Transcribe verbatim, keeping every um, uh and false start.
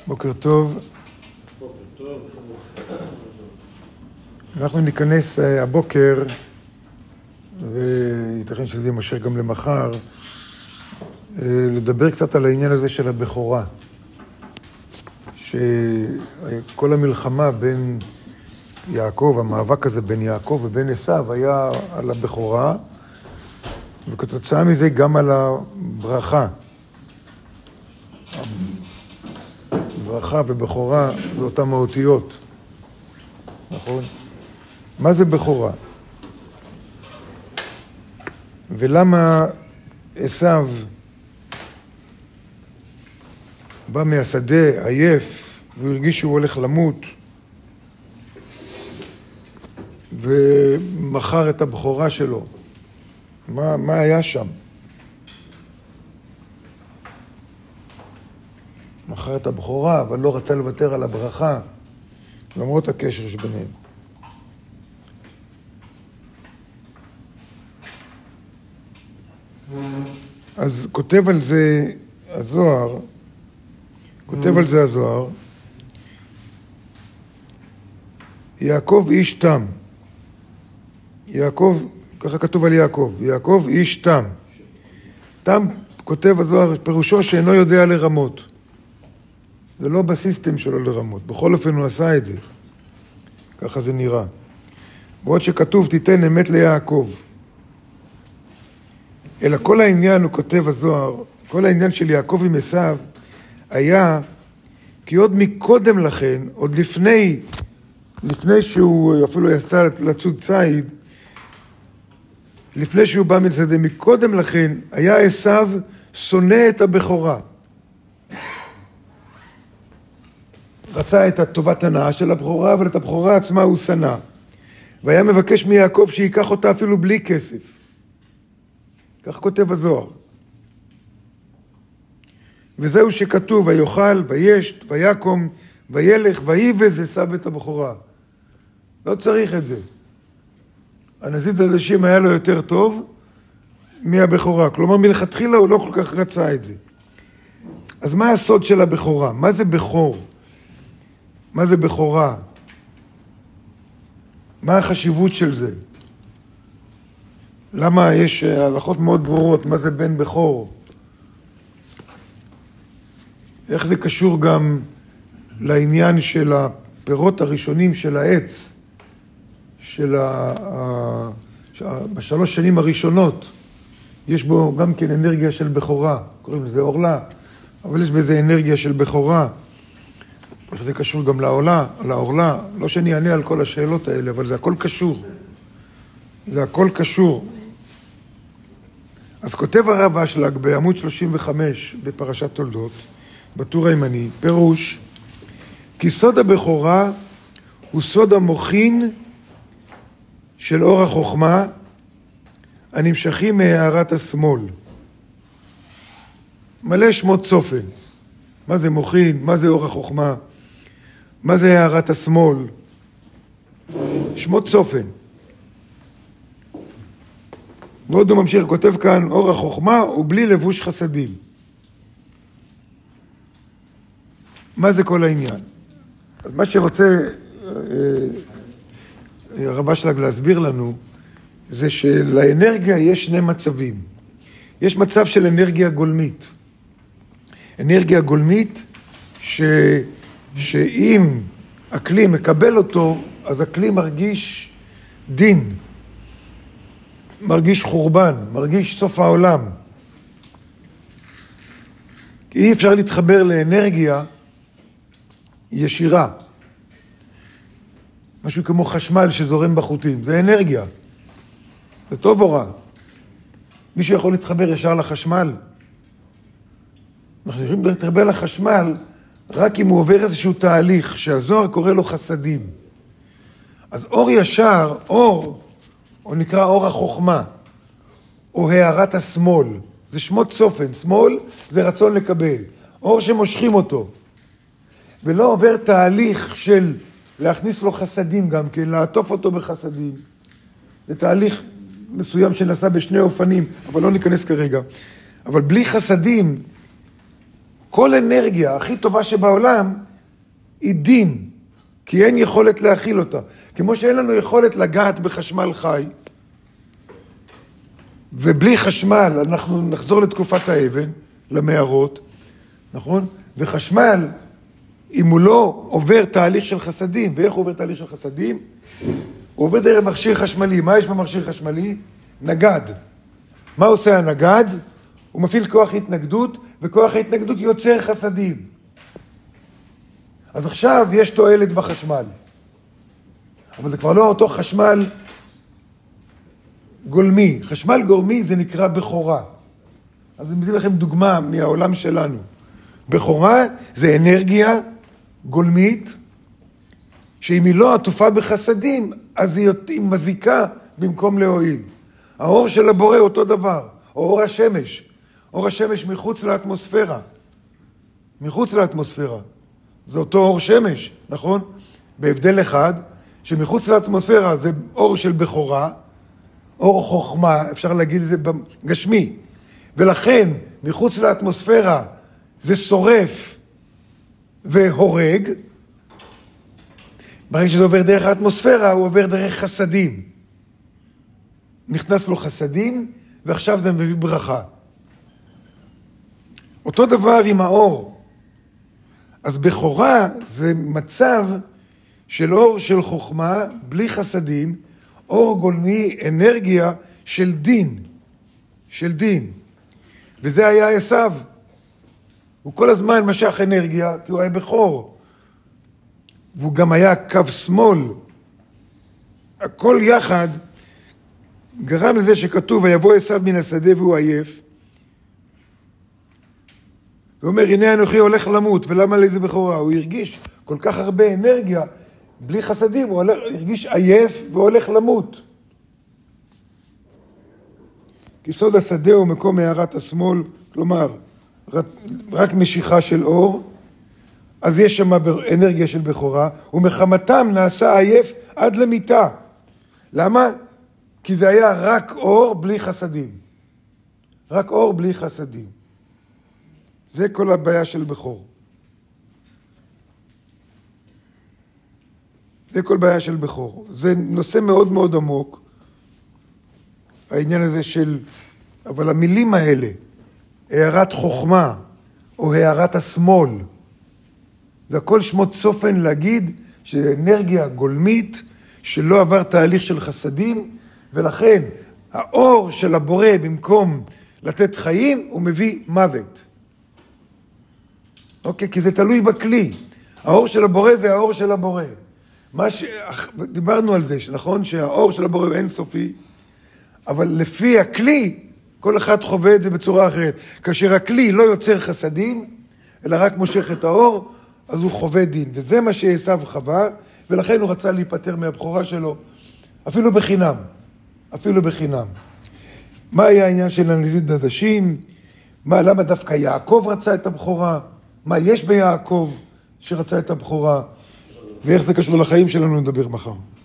בוקר טוב. בוקר טוב. אנחנו ניכנס הבוקר, וייתכן שזה יימשך גם למחר, לדבר קצת על העניין הזה של הבכורה. שכל המלחמה בין יעקב, המאבק הזה בין יעקב ובין עשיו היה על הבכורה, וכתוצאה מזה גם על הברכה. ברכה ובכורה זה אותן מהותיות. נכון? מה זה בכורה? ולמה עשיו בא מהשדה עייף והוא הרגיש שהוא הולך למות ומכר את הבכורה שלו? מה, מה היה שם? מכר את הבכורה, אבל לא רצה לוותר על הברכה, למרות הקשר שביניהם. אז כותב על זה הזוהר, כותב על זה הזוהר, יעקב איש תם. יעקב, ככה כתוב על יעקב, יעקב איש תם. תם, כותב הזוהר, פירושו שאינו יודע לרמות. זה לא בסיסטם שלו לרמות. בכל אופן הוא עשה את זה. ככה זה נראה. בעוד שכתוב, תיתן אמת ליעקב. אלא כל העניין, הוא כותב הזוהר, כל העניין של יעקב עם עשיו, היה כי עוד מקודם לכן, עוד לפני, לפני שהוא אפילו יצא לצוד ציד, לפני שהוא בא מצדה, מקודם לכן, היה עשיו שונא את הבכורה. רצה את הטובת הנאה של הבכורה, אבל את הבכורה עצמה הוא שנא. והיה מבקש מיעקב שיקח אותה אפילו בלי כסף. כך כותב הזוהר. וזהו שכתוב, ויאכל, וישת, ויקום, וילך, ויבז עשיו את הבכורה. לא צריך את זה. הנזיד העדשים היה לו יותר טוב מהבכורה. כלומר, מלכתחילה הוא לא כל כך רצה את זה. אז מה הסוד של הבכורה? מה זה בכור? מה זה בכורה? מה החשיבות של זה? למה יש הלכות מאוד ברורות? מה זה בן בכור? איך זה קשור גם לעניין של הפירות הראשונים של העץ, של ה... בשלוש שנים הראשונות, יש בו גם כן אנרגיה של בכורה, קוראים לזה אורלה, אבל יש בזה אנרגיה של בכורה. איך זה קשור גם לעולה, לעורלה? לא שאני אענה על כל השאלות האלה, אבל זה הכל קשור. זה הכל קשור. אז כותב הרב אשלג בעמוד שלושים וחמש בפרשת תולדות, בטור הימני, פירוש, כי סוד הבכורה הוא סוד המוחין של אור החוכמה, הנמשכים מהערת השמאל. מלא שמות צופן. מה זה מוחין? מה זה אור החוכמה? מה זה הערת השמאל? שמות צופן. ועוד הוא ממשיך, כותב כאן, אור החוכמה הוא בלי לבוש חסדים. מה זה כל העניין? אז מה שרוצה הרב אשלג להסביר לנו, זה שלאנרגיה יש שני מצבים. יש מצב של אנרגיה גולמית. אנרגיה גולמית ש... שאם הכלי מקבל אותו, אז הכלי מרגיש דין, מרגיש חורבן, מרגיש סוף העולם. אי אפשר להתחבר לאנרגיה ישירה. משהו כמו חשמל שזורם בחוטים, זה אנרגיה. זה טוב או רע? מישהו יכול להתחבר ישר לחשמל? אנחנו יכולים להתחבר לחשמל רק אם הוא עובר איזשהו תהליך שהזוהר קורא לו חסדים. אז אור ישר, אור, או נקרא אור החוכמה, או הערת השמאל, זה שמות צופן. שמאל זה רצון לקבל. אור שמושכים אותו. ולא עובר תהליך של להכניס לו חסדים גם כן, לעטוף אותו בחסדים. זה תהליך מסוים שנעשה בשני אופנים, אבל לא ניכנס כרגע. אבל בלי חסדים, כל אנרגיה הכי טובה שבעולם היא דין, כי אין יכולת להכיל אותה. כמו שאין לנו יכולת לגעת בחשמל חי, ובלי חשמל אנחנו נחזור לתקופת האבן, למערות, נכון? וחשמל, אם הוא לא עובר תהליך של חסדים, ואיך הוא עובר תהליך של חסדים? הוא עובר דרך מכשיר חשמלי. מה יש במכשיר חשמלי? נגד. מה עושה הנגד? הוא מפעיל כוח התנגדות, וכוח ההתנגדות יוצר חסדים. אז עכשיו יש תועלת בחשמל. אבל זה כבר לא אותו חשמל גולמי. חשמל גולמי זה נקרא בכורה. אז אני מביא לכם דוגמה מהעולם שלנו. בכורה זה אנרגיה גולמית, שאם היא לא עטופה בחסדים, אז היא מזיקה במקום להועיל. האור של הבורא אותו דבר, או אור השמש. אור השמש מחוץ לאטמוספירה. מחוץ לאטמוספירה. זה אותו אור שמש, נכון? בהבדל אחד, שמחוץ לאטמוספירה זה אור של בכורה, אור חוכמה, אפשר להגיד את זה גשמי. ולכן, מחוץ לאטמוספירה זה שורף והורג. ברגע שזה עובר דרך האטמוספירה, הוא עובר דרך חסדים. נכנס לו חסדים, ועכשיו זה מביא ברכה. אותו דבר עם האור. אז בכורה זה מצב של אור של חוכמה, בלי חסדים, אור גולמי, אנרגיה של דין. של דין. וזה היה עשיו. הוא כל הזמן משך אנרגיה, כי הוא היה בכור. והוא גם היה קו שמאל. הכל יחד גרם לזה שכתוב, ויבוא עשיו מן השדה והוא עייף. הוא אומר, הנה אנוכי הולך למות, ולמה לי זה בכורה? הוא הרגיש כל כך הרבה אנרגיה, בלי חסדים, הוא הולך, הרגיש עייף והולך למות. כי סוד השדה הוא מקום הערת השמאל, כלומר, רק משיכה של אור, אז יש שם אנרגיה של בכורה, ומחמתם נעשה עייף עד למיטה. למה? כי זה היה רק אור בלי חסדים. רק אור בלי חסדים. זה כל הבעיה של בכור. זה כל בעיה של בכור. זה נושא מאוד מאוד עמוק, העניין הזה של, אבל המילים האלה, הערת חוכמה, או הערת השמאל, זה הכל שמות צופן להגיד שאנרגיה גולמית, שלא עבר תהליך של חסדים, ולכן האור של הבורא במקום לתת חיים, הוא מביא מוות. אוקיי? כי זה תלוי בכלי. האור של הבורא זה האור של הבורא. מה ש... דיברנו על זה, נכון? שהאור של הבורא הוא אינסופי, אבל לפי הכלי, כל אחד חווה את זה בצורה אחרת. כאשר הכלי לא יוצר חסדים, אלא רק מושך את האור, אז הוא חווה דין. וזה מה שעשיו חווה, ולכן הוא רצה להיפטר מהבכורה שלו, אפילו בחינם. אפילו בחינם. מה היה העניין של הנזיד עדשים? מה, למה דווקא יעקב רצה את הבכורה? מה יש ביעקב שרצה את הבכורה? ואיך זה קשור לחיים שלנו, נדבר מחר.